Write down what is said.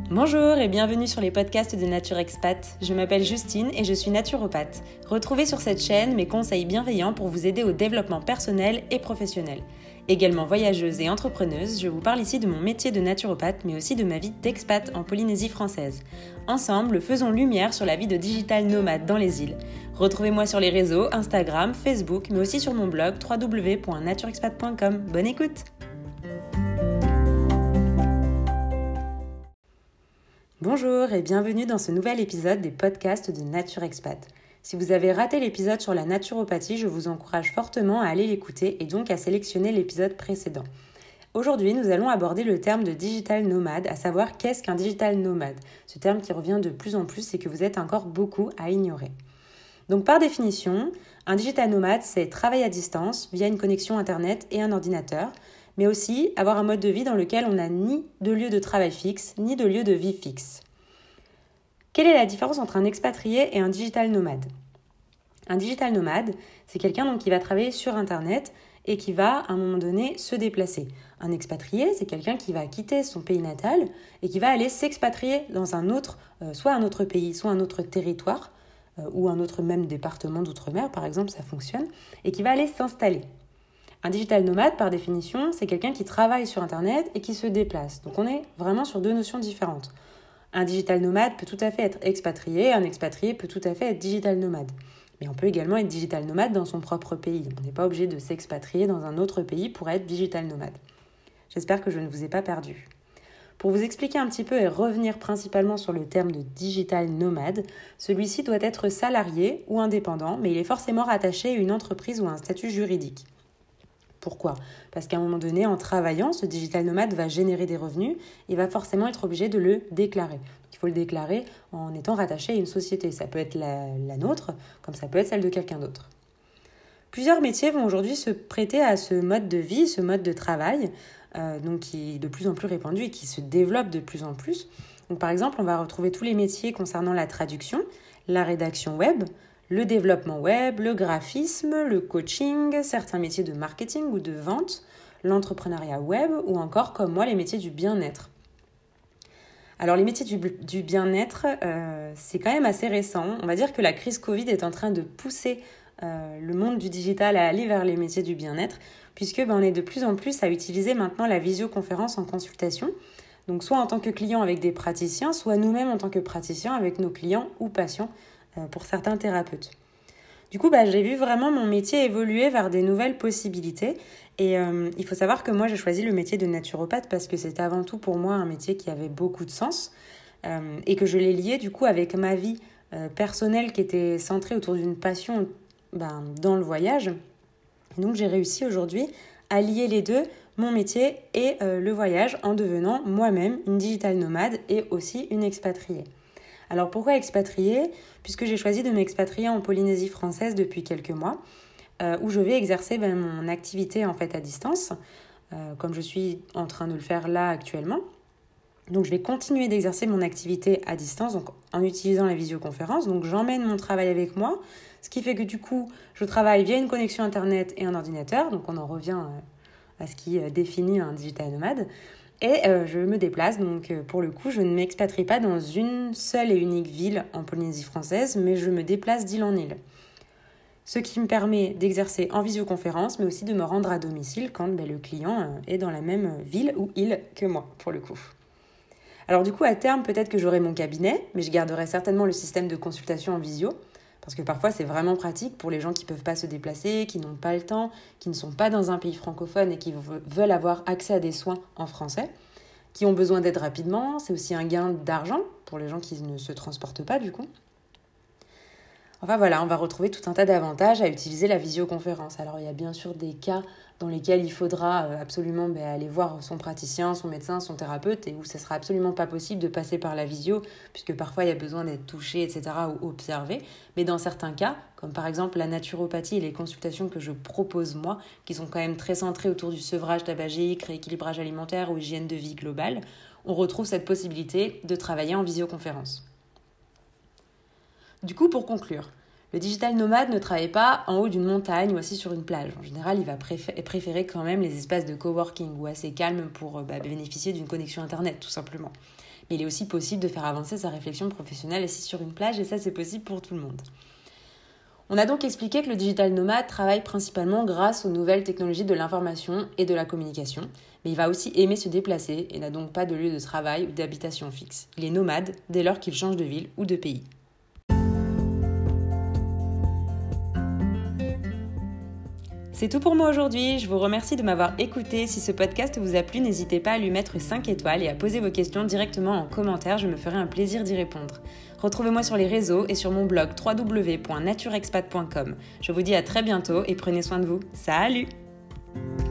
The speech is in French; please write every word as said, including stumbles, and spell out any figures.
Bonjour et bienvenue sur les podcasts de Nature Expat. Je m'appelle Justine et je suis naturopathe. Retrouvez sur cette chaîne mes conseils bienveillants pour vous aider au développement personnel et professionnel. Également voyageuse et entrepreneuse, je vous parle ici de mon métier de naturopathe, mais aussi de ma vie d'expat en Polynésie française. Ensemble, faisons lumière sur la vie de digital nomade dans les îles. Retrouvez-moi sur les réseaux, Instagram, Facebook, mais aussi sur mon blog w w w point nature expat point com. Bonne écoute! Bonjour et bienvenue dans ce nouvel épisode des podcasts de Nature Expat. Si vous avez raté l'épisode sur la naturopathie, je vous encourage fortement à aller l'écouter et donc à sélectionner l'épisode précédent. Aujourd'hui, nous allons aborder le terme de digital nomade, à savoir qu'est-ce qu'un digital nomade, ce terme qui revient de plus en plus et que vous êtes encore beaucoup à ignorer. Donc par définition, un digital nomade, c'est travailler à distance via une connexion internet et un ordinateur, mais aussi avoir un mode de vie dans lequel on n'a ni de lieu de travail fixe, ni de lieu de vie fixe. Quelle est la différence entre un expatrié et un digital nomade ? Un digital nomade, c'est quelqu'un donc qui va travailler sur Internet et qui va, à un moment donné, se déplacer. Un expatrié, c'est quelqu'un qui va quitter son pays natal et qui va aller s'expatrier dans un autre, euh, soit un autre pays, soit un autre territoire, euh, ou un autre même département d'outre-mer, par exemple, ça fonctionne, et qui va aller s'installer. Un digital nomade, par définition, c'est quelqu'un qui travaille sur Internet et qui se déplace. Donc on est vraiment sur deux notions différentes. Un digital nomade peut tout à fait être expatrié, un expatrié peut tout à fait être digital nomade. Mais on peut également être digital nomade dans son propre pays. On n'est pas obligé de s'expatrier dans un autre pays pour être digital nomade. J'espère que je ne vous ai pas perdu. Pour vous expliquer un petit peu et revenir principalement sur le terme de digital nomade, celui-ci doit être salarié ou indépendant, mais il est forcément rattaché à une entreprise ou à un statut juridique. Pourquoi ? Parce qu'à un moment donné, en travaillant, ce digital nomade va générer des revenus et va forcément être obligé de le déclarer. Donc, il faut le déclarer en étant rattaché à une société. Ça peut être la, la nôtre, comme ça peut être celle de quelqu'un d'autre. Plusieurs métiers vont aujourd'hui se prêter à ce mode de vie, ce mode de travail, euh, donc qui est de plus en plus répandu et qui se développe de plus en plus. Donc, par exemple, on va retrouver tous les métiers concernant la traduction, la rédaction web, le développement web, le graphisme, le coaching, certains métiers de marketing ou de vente, l'entrepreneuriat web ou encore, comme moi, les métiers du bien-être. Alors, les métiers du, du bien-être, euh, c'est quand même assez récent. On va dire que la crise Covid est en train de pousser euh, le monde du digital à aller vers les métiers du bien-être, puisque ben, on est de plus en plus à utiliser maintenant la visioconférence en consultation. Donc, soit en tant que client avec des praticiens, soit nous-mêmes en tant que praticiens avec nos clients ou patients, pour certains thérapeutes. Du coup, bah, j'ai vu vraiment mon métier évoluer vers des nouvelles possibilités. Et euh, il faut savoir que moi, j'ai choisi le métier de naturopathe parce que c'était avant tout pour moi un métier qui avait beaucoup de sens euh, et que je l'ai lié du coup avec ma vie euh, personnelle qui était centrée autour d'une passion ben, dans le voyage. Et donc, j'ai réussi aujourd'hui à lier les deux, mon métier et euh, le voyage, en devenant moi-même une digital nomade et aussi une expatriée. Alors pourquoi expatrier ? Puisque j'ai choisi de m'expatrier en Polynésie française depuis quelques mois, euh, où je vais exercer ben, mon activité en fait à distance, euh, comme je suis en train de le faire là actuellement. Donc je vais continuer d'exercer mon activité à distance, donc en utilisant la visioconférence. Donc j'emmène mon travail avec moi, ce qui fait que du coup, je travaille via une connexion internet et un ordinateur. Donc on en revient à ce qui définit un digital nomade. Et euh, je me déplace, donc euh, pour le coup, je ne m'expatrie pas dans une seule et unique ville en Polynésie française, mais je me déplace d'île en île. Ce qui me permet d'exercer en visioconférence, mais aussi de me rendre à domicile quand ben, le client euh, est dans la même ville ou île que moi, pour le coup. Alors du coup, à terme, peut-être que j'aurai mon cabinet, mais je garderai certainement le système de consultation en visio, parce que parfois, c'est vraiment pratique pour les gens qui ne peuvent pas se déplacer, qui n'ont pas le temps, qui ne sont pas dans un pays francophone et qui veulent avoir accès à des soins en français, qui ont besoin d'aide rapidement. C'est aussi un gain d'argent pour les gens qui ne se transportent pas, du coup. Enfin voilà, on va retrouver tout un tas d'avantages à utiliser la visioconférence. Alors, il y a bien sûr des cas dans lesquels il faudra absolument ben, aller voir son praticien, son médecin, son thérapeute, et où ce ne sera absolument pas possible de passer par la visio, puisque parfois il y a besoin d'être touché, et cetera, ou observé. Mais dans certains cas, comme par exemple la naturopathie et les consultations que je propose moi, qui sont quand même très centrées autour du sevrage tabagique, rééquilibrage alimentaire ou hygiène de vie globale, on retrouve cette possibilité de travailler en visioconférence. Du coup, pour conclure, le digital nomade ne travaille pas en haut d'une montagne ou assis sur une plage. En général, il va préfé- préférer quand même les espaces de coworking ou assez calmes pour bah, bénéficier d'une connexion Internet, tout simplement. Mais il est aussi possible de faire avancer sa réflexion professionnelle assis sur une plage et ça c'est possible pour tout le monde. On a donc expliqué que le digital nomade travaille principalement grâce aux nouvelles technologies de l'information et de la communication, mais il va aussi aimer se déplacer et n'a donc pas de lieu de travail ou d'habitation fixe. Il est nomade dès lors qu'il change de ville ou de pays. C'est tout pour moi aujourd'hui, je vous remercie de m'avoir écouté. Si ce podcast vous a plu, n'hésitez pas à lui mettre cinq étoiles et à poser vos questions directement en commentaire, je me ferai un plaisir d'y répondre. Retrouvez-moi sur les réseaux et sur mon blog w w w point nature expat point com. Je vous dis à très bientôt et prenez soin de vous. Salut!